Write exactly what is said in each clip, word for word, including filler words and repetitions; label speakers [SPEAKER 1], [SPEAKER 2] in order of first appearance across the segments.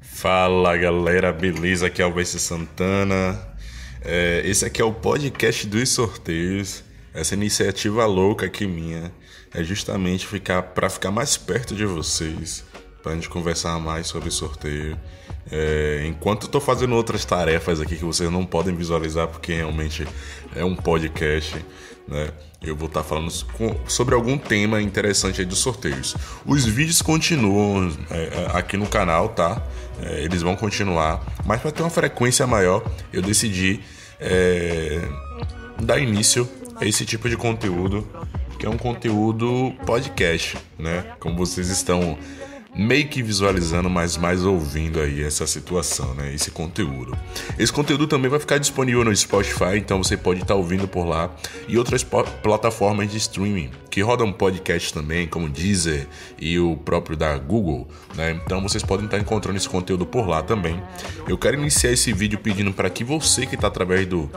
[SPEAKER 1] Fala galera, beleza? Aqui é o Alves Santana. É, esse aqui é o podcast dos sorteios. Essa iniciativa louca aqui minha é justamente ficar para ficar mais perto de vocês, para a gente conversar mais sobre sorteio. É, enquanto eu tô fazendo outras tarefas aqui que vocês não podem visualizar, porque realmente é um podcast, né? Eu vou estar falando sobre algum tema interessante aí dos sorteios. Os vídeos continuam é, aqui no canal, tá? É, eles vão continuar, mas para ter uma frequência maior, eu decidi é, dar início a esse tipo de conteúdo, que é um conteúdo podcast, né? Como vocês estão meio que visualizando, mas mais ouvindo aí essa situação, né? Esse conteúdo. Esse conteúdo também vai ficar disponível no Spotify, então você pode estar ouvindo por lá, e outras plataformas de streaming que rodam podcast também, como Deezer e o próprio da Google, né? Então vocês podem estar encontrando esse conteúdo por lá também. Eu quero iniciar esse vídeo pedindo para que você que está através do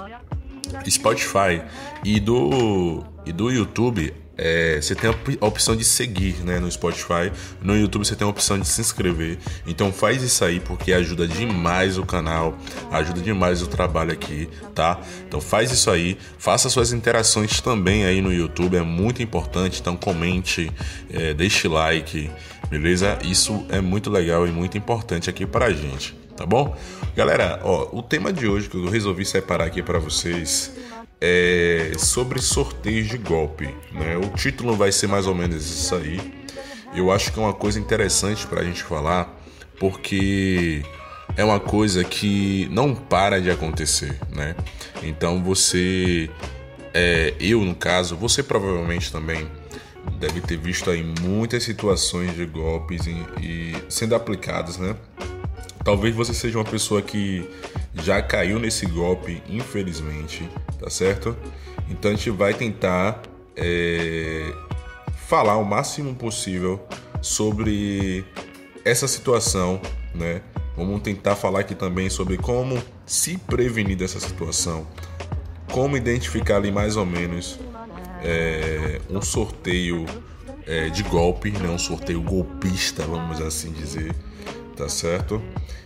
[SPEAKER 1] Spotify e do, e do YouTube, É, você tem a opção de seguir, né, no Spotify. No YouTube você tem a opção de se inscrever. Então faz isso aí, porque ajuda demais o canal, ajuda demais o trabalho aqui, tá? Então faz isso aí, faça suas interações também aí no YouTube, é muito importante. Então comente, é, deixe like, beleza? Isso é muito legal e muito importante aqui pra gente, tá bom? Galera, ó, o tema de hoje que eu resolvi separar aqui pra vocês é sobre sorteios de golpe, né? O título vai ser mais ou menos isso aí. Eu acho que é uma coisa interessante pra gente falar, porque é uma coisa que não para de acontecer, né? Então você, é, eu no caso, você provavelmente também deve ter visto aí muitas situações de golpes e, e sendo aplicadas, né? Talvez você seja uma pessoa que já caiu nesse golpe, infelizmente, tá certo? Então a gente vai tentar é, falar o máximo possível sobre essa situação, né? Vamos tentar falar aqui também sobre como se prevenir dessa situação, como identificar ali mais ou menos é, um sorteio é, de golpe, né? Um sorteio golpista, vamos assim dizer, tá certo?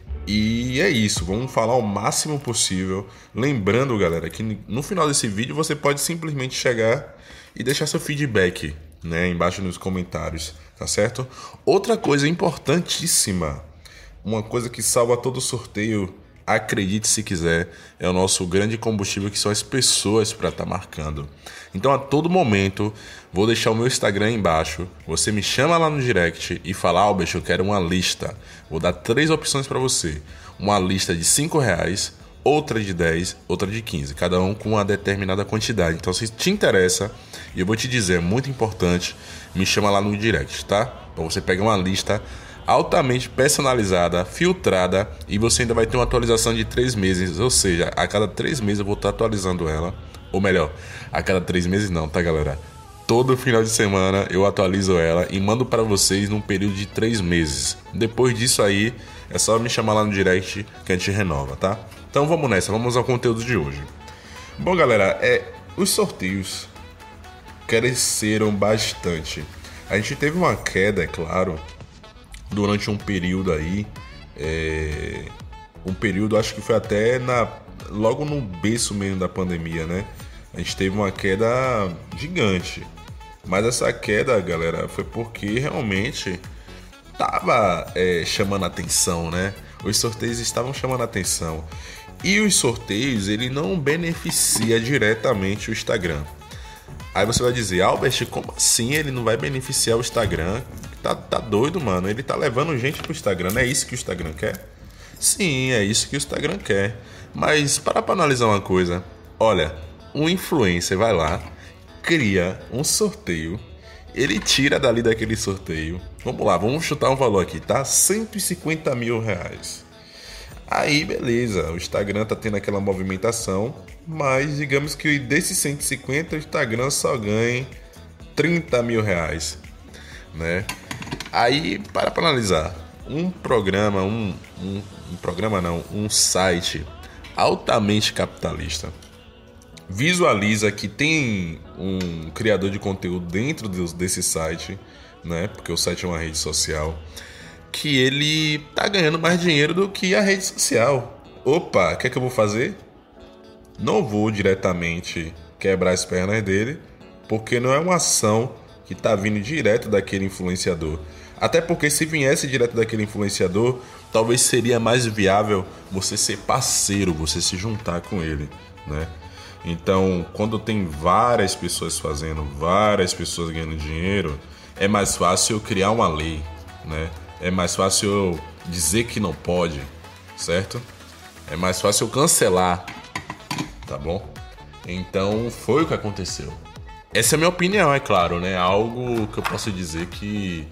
[SPEAKER 1] E é isso, vamos falar o máximo possível. Lembrando, galera, que no final desse vídeo você pode simplesmente chegar e deixar seu feedback, né, embaixo nos comentários, tá certo? Outra coisa importantíssima, uma coisa que salva todo sorteio, acredite se quiser, é o nosso grande combustível, que são as pessoas para estar marcando. Então a todo momento vou deixar o meu Instagram aí embaixo, você me chama lá no direct e fala: Albert, eu quero uma lista. Vou dar três opções para você, uma lista de cinco reais, outra de dez, outra de quinze, cada um com uma determinada quantidade. Então se te interessa, e eu vou te dizer, é muito importante, me chama lá no direct, tá? Então você pega uma lista altamente personalizada, filtrada, e você ainda vai ter uma atualização de três meses, ou seja, a cada três meses eu vou estar atualizando ela, ou melhor, a cada três meses não, tá, galera? Todo final de semana eu atualizo ela e mando para vocês num período de três meses. Depois disso aí, é só me chamar lá no direct que a gente renova, tá? Então vamos nessa, vamos ao conteúdo de hoje. Bom, galera, é, os sorteios cresceram bastante. A gente teve uma queda, é claro, durante um período aí, é, um período, acho que foi até na, logo no berço mesmo da pandemia, né? A gente teve uma queda gigante, mas essa queda, galera, foi porque realmente tava é, chamando a atenção, né? Os sorteios estavam chamando a atenção, e os sorteios, ele não beneficia diretamente o Instagram. Aí você vai dizer: Albert, como assim ele não vai beneficiar o Instagram? Tá, tá doido, mano. Ele tá levando gente pro Instagram. Não é isso que o Instagram quer? Sim, é isso que o Instagram quer. Mas para pra analisar uma coisa. Olha, um influencer vai lá, cria um sorteio, ele tira dali daquele sorteio. Vamos lá, vamos chutar um valor aqui, tá? cento e cinquenta mil reais. Aí, beleza, o Instagram tá tendo aquela movimentação, mas digamos que desses cento e cinquenta, o Instagram só ganha trinta mil reais, né? Aí, para para analisar, um programa, um, um, um programa não, um site altamente capitalista visualiza que tem um criador de conteúdo dentro desse site, né? Porque o site é uma rede social, que ele tá ganhando mais dinheiro do que a rede social. Opa, o que é que eu vou fazer? Não vou diretamente quebrar as pernas dele, porque não é uma ação que tá vindo direto daquele influenciador. Até porque se viesse direto daquele influenciador, talvez seria mais viável você ser parceiro, você se juntar com ele, né? Então, quando tem várias pessoas fazendo, várias pessoas ganhando dinheiro, é mais fácil eu criar uma lei, né? É mais fácil eu dizer que não pode, certo? É mais fácil eu cancelar, tá bom? Então, foi o que aconteceu. Essa é a minha opinião, é claro, né? Algo que eu posso dizer que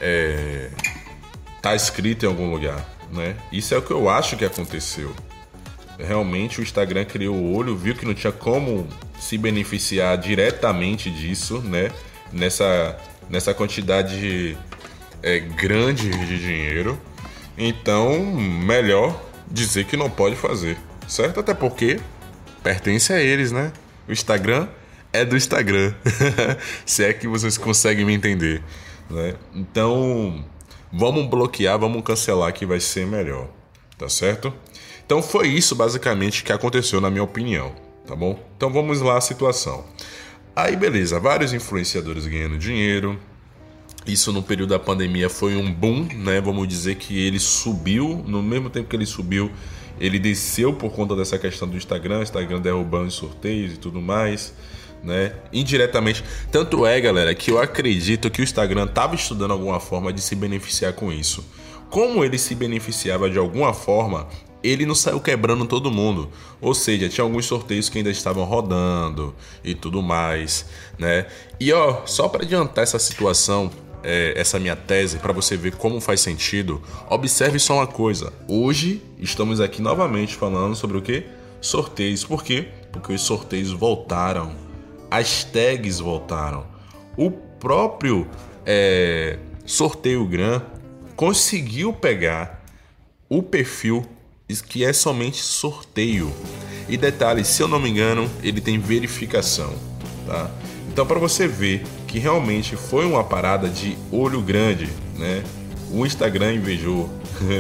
[SPEAKER 1] é, tá escrito em algum lugar, né? Isso é o que eu acho que aconteceu. Realmente o Instagram criou o olho, viu que não tinha como se beneficiar diretamente disso, né? Nessa, nessa quantidade é, grande de dinheiro. Então, melhor dizer que não pode fazer, certo? Até porque pertence a eles, né? O Instagram é do Instagram. Se é que vocês conseguem me entender, né? Então, vamos bloquear, vamos cancelar que vai ser melhor, tá certo? Então foi isso basicamente que aconteceu na minha opinião, tá bom? Então vamos lá a situação. Aí beleza, vários influenciadores ganhando dinheiro. Isso no período da pandemia foi um boom, né? Vamos dizer que ele subiu, no mesmo tempo que ele subiu, ele desceu por conta dessa questão do Instagram, Instagram derrubando os sorteios e tudo mais, né? Indiretamente. Tanto é, galera, que eu acredito que o Instagram estava estudando alguma forma de se beneficiar com isso. Como ele se beneficiava de alguma forma, ele não saiu quebrando todo mundo. Ou seja, tinha alguns sorteios que ainda estavam rodando e tudo mais, né? E ó, só para adiantar essa situação, é, essa minha tese, para você ver como faz sentido, observe só uma coisa. Hoje estamos aqui novamente falando sobre o quê? Sorteios. Por quê? Porque os sorteios voltaram. As tags voltaram. O próprio é, Sorteio Gran conseguiu pegar o perfil que é somente sorteio. E detalhe, se eu não me engano, ele tem verificação, tá? Então, para você ver que realmente foi uma parada de olho grande, né? O Instagram invejou.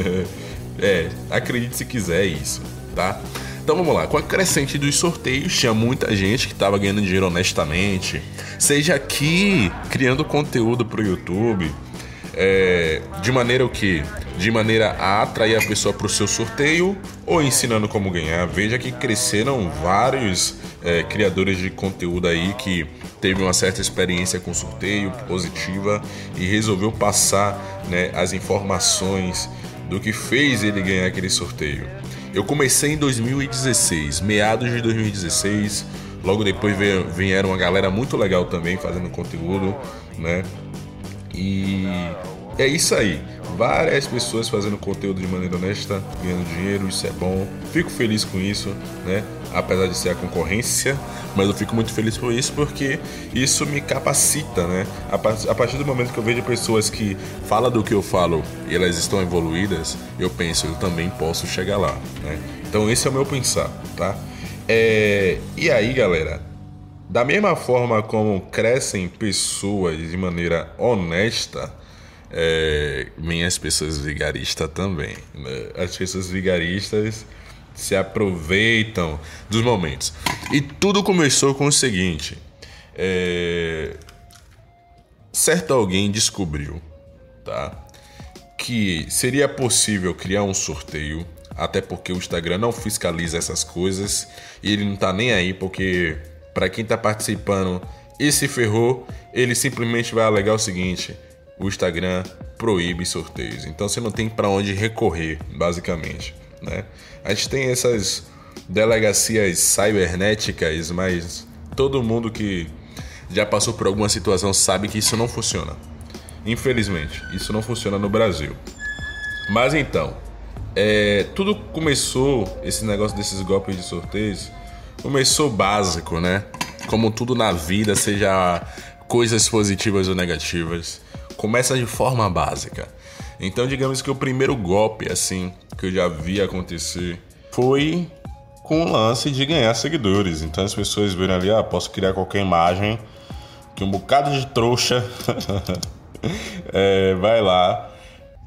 [SPEAKER 1] É, acredite se quiser isso, tá? Então vamos lá, com a crescente dos sorteios, tinha muita gente que estava ganhando dinheiro honestamente, seja aqui criando conteúdo para o YouTube, é, de maneira o quê? De maneira a atrair a pessoa para o seu sorteio ou ensinando como ganhar. Veja que cresceram vários é, criadores de conteúdo aí que teve uma certa experiência com sorteio positiva e resolveu passar, né, as informações do que fez ele ganhar aquele sorteio. Eu comecei em dois mil e dezesseis, meados de dois mil e dezesseis, logo depois vieram uma galera muito legal também fazendo conteúdo, né? E é isso aí, várias pessoas fazendo conteúdo de maneira honesta, ganhando dinheiro, isso é bom, fico feliz com isso, né? Apesar de ser a concorrência, mas eu fico muito feliz por isso porque isso me capacita, né? A partir do momento que eu vejo pessoas que falam do que eu falo e elas estão evoluídas, eu penso, eu também posso chegar lá, né? Então esse é o meu pensar, tá? É... E aí, galera, da mesma forma como crescem pessoas de maneira honesta, é, vem as pessoas vigaristas também, né? As pessoas vigaristas se aproveitam dos momentos. E tudo começou com o seguinte: é, certo alguém descobriu, tá, que seria possível criar um sorteio, até porque o Instagram não fiscaliza essas coisas e ele não tá nem aí, porque para quem tá participando e se ferrou, ele simplesmente vai alegar o seguinte: o Instagram proíbe sorteios. Então você não tem para onde recorrer, basicamente, né? A gente tem essas delegacias cibernéticas, mas todo mundo que já passou por alguma situação sabe que isso não funciona. Infelizmente, isso não funciona no Brasil. Mas então, é, tudo começou, esse negócio desses golpes de sorteios, começou básico, né? Como tudo na vida, seja coisas positivas ou negativas, começa de forma básica. Então, digamos que o primeiro golpe, assim, que eu já vi acontecer foi com o lance de ganhar seguidores. Então, as pessoas viram ali, ah, posso criar qualquer imagem, que um bocado de trouxa é, vai lá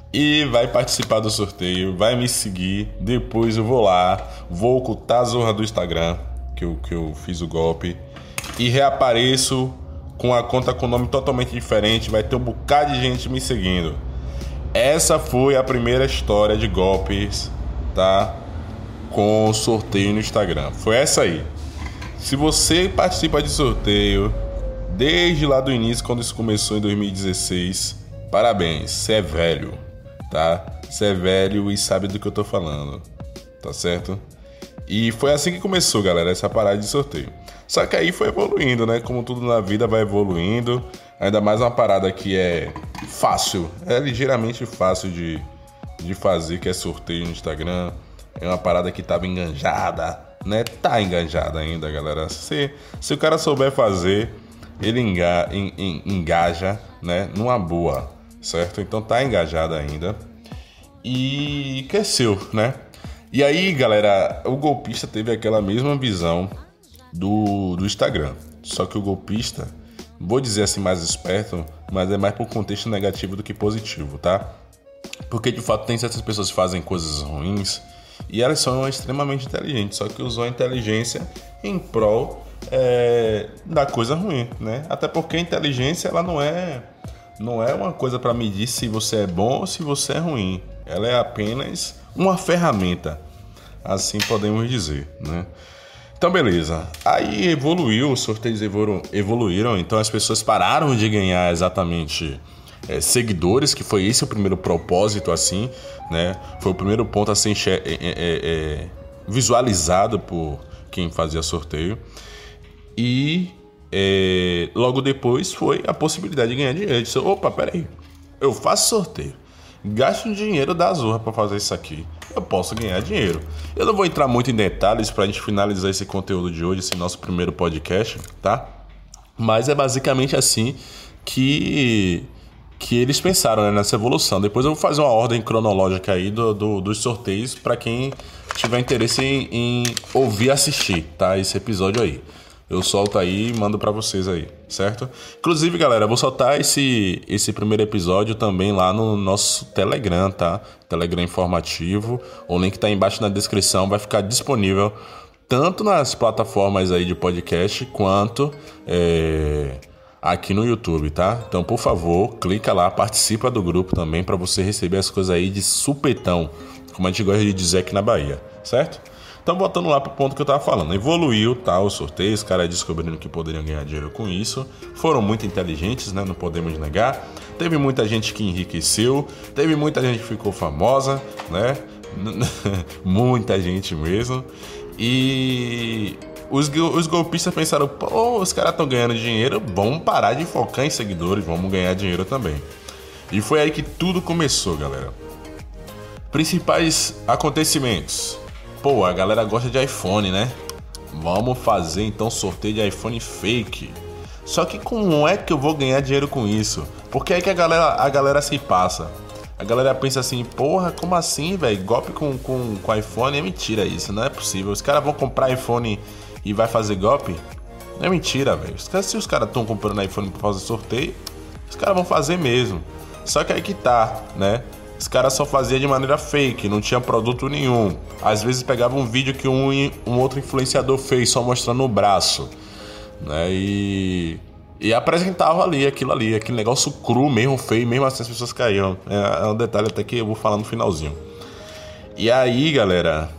[SPEAKER 1] e vai participar do sorteio, vai me seguir. Depois eu vou lá, vou ocultar a zorra do Instagram, que eu, que eu fiz o golpe, e reapareço com a conta com nome totalmente diferente. Vai ter um bocado de gente me seguindo. Essa foi a primeira história de golpes, tá? Com sorteio no Instagram. Foi essa aí. Se você participa de sorteio desde lá do início, quando isso começou em dois mil e dezesseis, parabéns, você é velho, tá? Você é velho e sabe do que eu tô falando, tá certo? E foi assim que começou, galera, essa parada de sorteio. Só que aí foi evoluindo, né? Como tudo na vida vai evoluindo. Ainda mais uma parada que é fácil, é ligeiramente fácil de, de fazer, que é sorteio no Instagram. É uma parada que tava enganjada, né? Tá enganjada ainda, galera. Se, se o cara souber fazer, ele enga, en, en, engaja, né? Numa boa, certo? Então tá engajada ainda. E cresceu, né? E aí, galera, o golpista teve aquela mesma visão do, do Instagram. Só que o golpista, vou dizer assim mais esperto, mas é mais por contexto negativo do que positivo, tá? Porque de fato tem certas pessoas que fazem coisas ruins e elas são extremamente inteligentes, só que usam a inteligência em prol é, da coisa ruim, né? Até porque a inteligência ela não é, não é uma coisa para medir se você é bom ou se você é ruim. Ela é apenas uma ferramenta, assim podemos dizer, né? Então, beleza. Aí evoluiu, os sorteios evolu- evoluíram, então as pessoas pararam de ganhar exatamente é, seguidores, que foi esse o primeiro propósito, assim, né? Foi o primeiro ponto a ser enxer- é, é, é, visualizado por quem fazia sorteio. E é, logo depois foi a possibilidade de ganhar dinheiro. Eu disse, opa, peraí, eu faço sorteio, gasto um dinheiro da Zorra para fazer isso aqui, eu posso ganhar dinheiro. Eu não vou entrar muito em detalhes pra gente finalizar esse conteúdo de hoje, esse nosso primeiro podcast, tá? Mas é basicamente assim que, que eles pensaram, né, nessa evolução. Depois eu vou fazer uma ordem cronológica aí do, do, dos sorteios para quem tiver interesse em, em ouvir e assistir, tá? Esse episódio aí. Eu solto aí e mando pra vocês aí, certo? Inclusive, galera, eu vou soltar esse, esse primeiro episódio também lá no nosso Telegram, tá? Telegram informativo. O link tá aí embaixo na descrição. Vai ficar disponível tanto nas plataformas aí de podcast quanto é, aqui no YouTube, tá? Então, por favor, clica lá, participa do grupo também pra você receber as coisas aí de supetão, como a gente gosta de dizer aqui na Bahia, certo? Então, voltando lá pro ponto que eu tava falando, evoluiu, tá, o sorteio, os caras descobrindo que poderiam ganhar dinheiro com isso, foram muito inteligentes, né, não podemos negar, teve muita gente que enriqueceu, teve muita gente que ficou famosa, né, muita gente mesmo, e os, os golpistas pensaram, pô, os caras estão ganhando dinheiro, vamos parar de focar em seguidores, vamos ganhar dinheiro também. E foi aí que tudo começou, galera. Principais acontecimentos. Pô, a galera gosta de iPhone, né? Vamos fazer então sorteio de iPhone fake. Só que como é que eu vou ganhar dinheiro com isso? Porque é aí que a galera, a galera se passa. A galera pensa assim, porra, como assim, velho? Golpe com, com, com iPhone é mentira isso, não é possível. Os caras vão comprar iPhone e vai fazer golpe? Não é mentira, velho. Se os caras estão comprando iPhone pra fazer sorteio, os caras vão fazer mesmo. Só que aí que tá, né? Os caras só faziam de maneira fake, não tinha produto nenhum. Às vezes pegava um vídeo que um, um outro influenciador fez, só mostrando o braço, né? E, e apresentava ali aquilo ali, aquele negócio cru mesmo, feio, mesmo assim as pessoas caíam. É, é um detalhe até que eu vou falar no finalzinho. E aí, galera,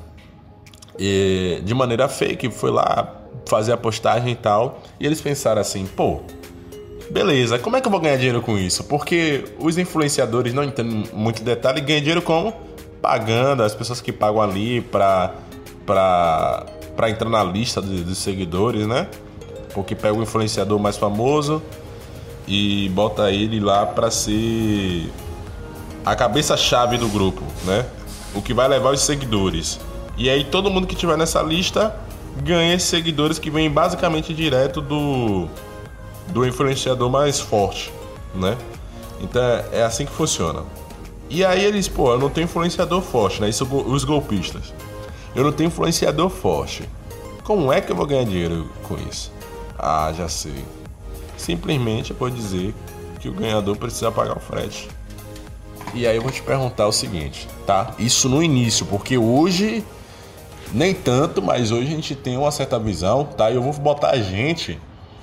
[SPEAKER 1] e, de maneira fake, foi lá fazer a postagem e tal. E eles pensaram assim, pô, beleza, como é que eu vou ganhar dinheiro com isso? Porque os influenciadores não entendem muito detalhe e ganham dinheiro como? Pagando, as pessoas que pagam ali pra, pra, pra entrar na lista de, de seguidores, né? Porque pega o influenciador mais famoso e bota ele lá pra ser a cabeça-chave do grupo, né? O que vai levar os seguidores. E aí todo mundo que tiver nessa lista ganha esses seguidores que vêm basicamente direto do... do influenciador mais forte, né? Então é assim que funciona. E aí eles, pô, eu não tenho influenciador forte, né? Isso os golpistas. Eu não tenho influenciador forte. Como é que eu vou ganhar dinheiro com isso? Ah, já sei. Simplesmente eu vou dizer que o ganhador precisa pagar o frete. E aí eu vou te perguntar o seguinte, tá? Isso no início, porque hoje nem tanto, mas hoje a gente tem uma certa visão, tá? E eu vou botar a gente,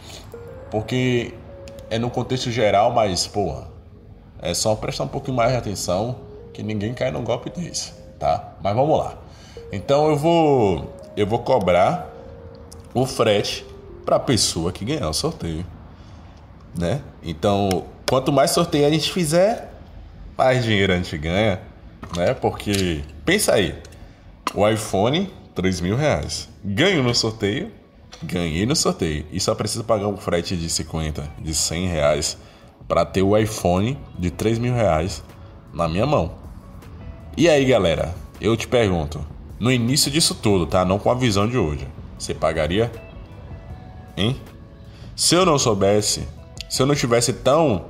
[SPEAKER 1] porque é no contexto geral, mas, porra, é só prestar um pouquinho mais de atenção que ninguém cai num golpe desse, tá? Mas vamos lá. Então eu vou, eu vou cobrar o frete pra pessoa que ganhar o sorteio, né? Então, quanto mais sorteio a gente fizer, mais dinheiro a gente ganha, né? Porque, pensa aí, o iPhone, três mil reais. Ganho no sorteio, ganhei no sorteio. E só preciso pagar um frete de cinquenta, de cem reais para ter o iPhone de três mil reais na minha mão. E aí, galera, eu te pergunto, no início disso tudo, tá? Não com a visão de hoje, você pagaria? Hein? Se eu não soubesse, se eu não tivesse tão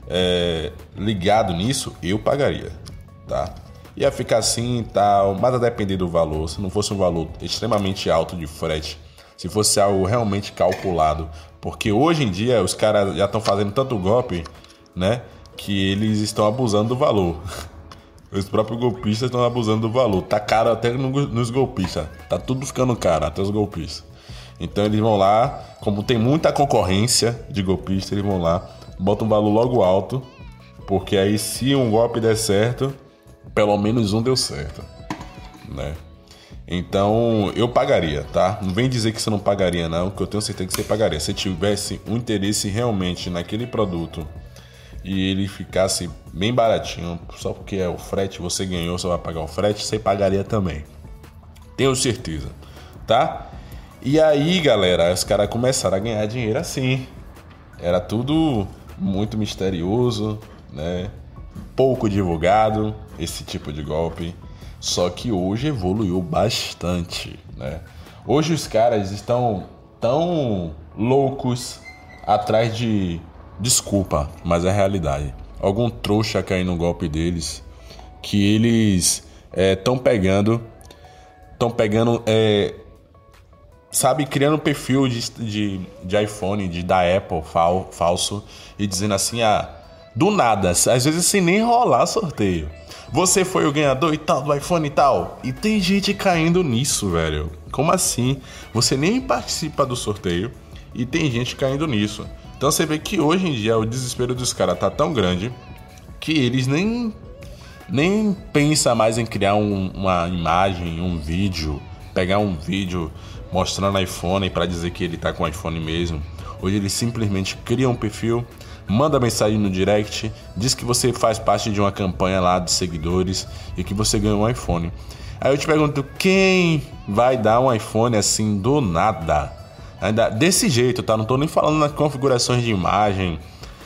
[SPEAKER 1] é, ligado nisso, eu pagaria, tá? Ia ficar assim e tal, mas a depender do valor. Se não fosse um valor extremamente alto de frete, se fosse algo realmente calculado, porque hoje em dia os caras já estão fazendo tanto golpe, né, que eles estão abusando do valor. Os próprios golpistas estão abusando do valor. Tá caro até nos golpistas, tá tudo ficando caro, até os golpistas. Então eles vão lá, como tem muita concorrência de golpistas, eles vão lá, botam um valor logo alto, porque aí se um golpe der certo, pelo menos um deu certo, né? Então eu pagaria, tá? Não vem dizer que você não pagaria, não, que eu tenho certeza que você pagaria. Se tivesse um interesse realmente naquele produto e ele ficasse bem baratinho, só porque é o frete, você ganhou, você vai pagar o frete, você pagaria também. Tenho certeza, tá? E aí, galera, os caras começaram a ganhar dinheiro assim. Era tudo muito misterioso, né? Pouco divulgado, esse tipo de golpe. Só que hoje evoluiu bastante, né? Hoje os caras estão tão loucos atrás de desculpa, mas é realidade. Algum trouxa cair no golpe deles, que eles estão é, pegando, estão pegando, é, sabe, criando um perfil de, de, de iPhone, de, da Apple fal, falso, e dizendo assim, ah, do nada, às vezes sem nem rolar sorteio. Você foi o ganhador e tal, do iPhone e tal. E tem gente caindo nisso, velho. Como assim? Você nem participa do sorteio e tem gente caindo nisso. Então você vê que hoje em dia o desespero dos caras tá tão grande que eles nem, nem pensam mais em criar um, uma imagem, um vídeo, pegar um vídeo mostrando iPhone para dizer que ele tá com iPhone mesmo. Hoje eles simplesmente criam um perfil, manda mensagem no direct, diz que você faz parte de uma campanha lá de seguidores e que você ganhou um iPhone. Aí eu te pergunto, quem vai dar um iPhone assim do nada? Ainda desse jeito, tá? Não tô nem falando nas configurações de imagem,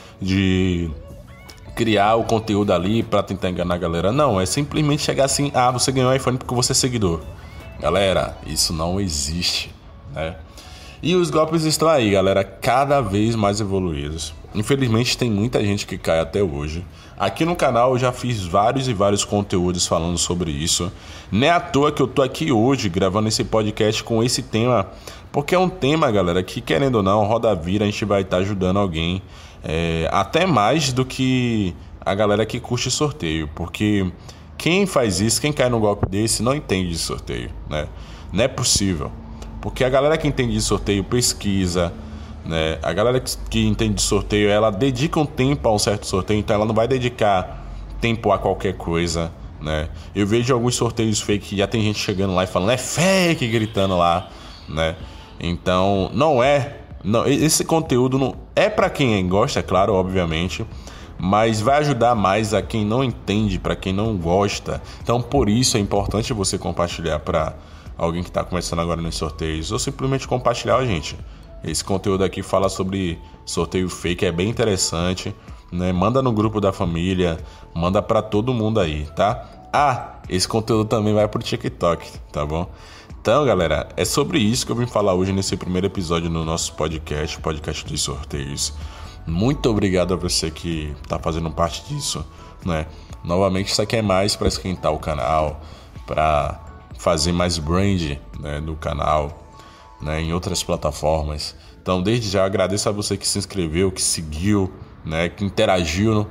[SPEAKER 1] de criar o conteúdo ali pra tentar enganar a galera. Não, é simplesmente chegar assim, ah, você ganhou um iPhone porque você é seguidor. Galera, isso não existe, né? E os golpes estão aí, galera, cada vez mais evoluídos. Infelizmente tem muita gente que cai até hoje. Aqui no canal eu já fiz vários e vários conteúdos falando sobre isso. Não é à toa que eu tô aqui hoje gravando esse podcast com esse tema, porque é um tema, galera, que querendo ou não, roda vira, a gente vai estar ajudando alguém, é, até mais do que a galera que curte sorteio, porque quem faz isso, quem cai num golpe desse, não entende de sorteio, né? Não é possível. Porque a galera que entende de sorteio pesquisa, né? A galera que, que entende de sorteio, ela dedica um tempo a um certo sorteio, então ela não vai dedicar tempo a qualquer coisa, né? Eu vejo alguns sorteios fake que já tem gente chegando lá e falando, é fake, gritando lá, né? Então, não é... Não, esse conteúdo não é para quem gosta, é claro, obviamente, mas vai ajudar mais a quem não entende, para quem não gosta. Então, por isso é importante você compartilhar para alguém que está começando agora nos sorteios, ou simplesmente compartilhar, gente. Esse conteúdo aqui fala sobre sorteio fake, é bem interessante, né? Manda no grupo da família, manda para todo mundo aí, tá? Ah, esse conteúdo também vai pro TikTok, tá bom? Então, galera, é sobre isso que eu vim falar hoje nesse primeiro episódio do nosso podcast, podcast dos sorteios. Muito obrigado a você que está fazendo parte disso, né? Novamente, isso aqui é mais para esquentar o canal, para fazer mais brand, né, do canal, né, em outras plataformas. Então, desde já, agradeço a você que se inscreveu, que seguiu, né, que interagiu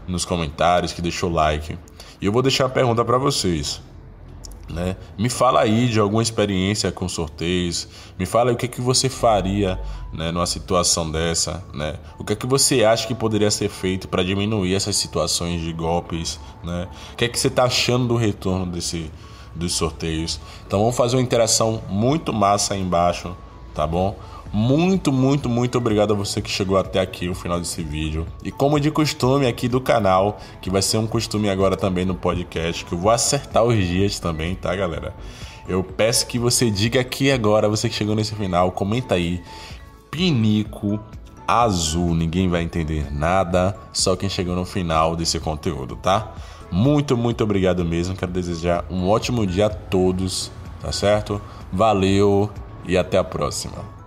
[SPEAKER 1] nos comentários, que deixou like. E eu vou deixar a pergunta para vocês, né? Me fala aí de alguma experiência com sorteios. Me fala aí o que, que você faria, né, numa situação dessa, né? O que é que você acha que poderia ser feito para diminuir essas situações de golpes, né? O que é que você está achando do retorno desse, dos sorteios? Então vamos fazer uma interação muito massa aí embaixo, tá bom? Muito, muito, muito obrigado a você que chegou até aqui o final desse vídeo. E como de costume aqui do canal, que vai ser um costume agora também no podcast, que eu vou acertar os dias também, tá, galera? Eu peço que você diga aqui agora, você que chegou nesse final, comenta aí, pinico azul, ninguém vai entender nada, só quem chegou no final desse conteúdo, tá? Muito, muito obrigado mesmo, quero desejar um ótimo dia a todos, tá certo? Valeu e até a próxima.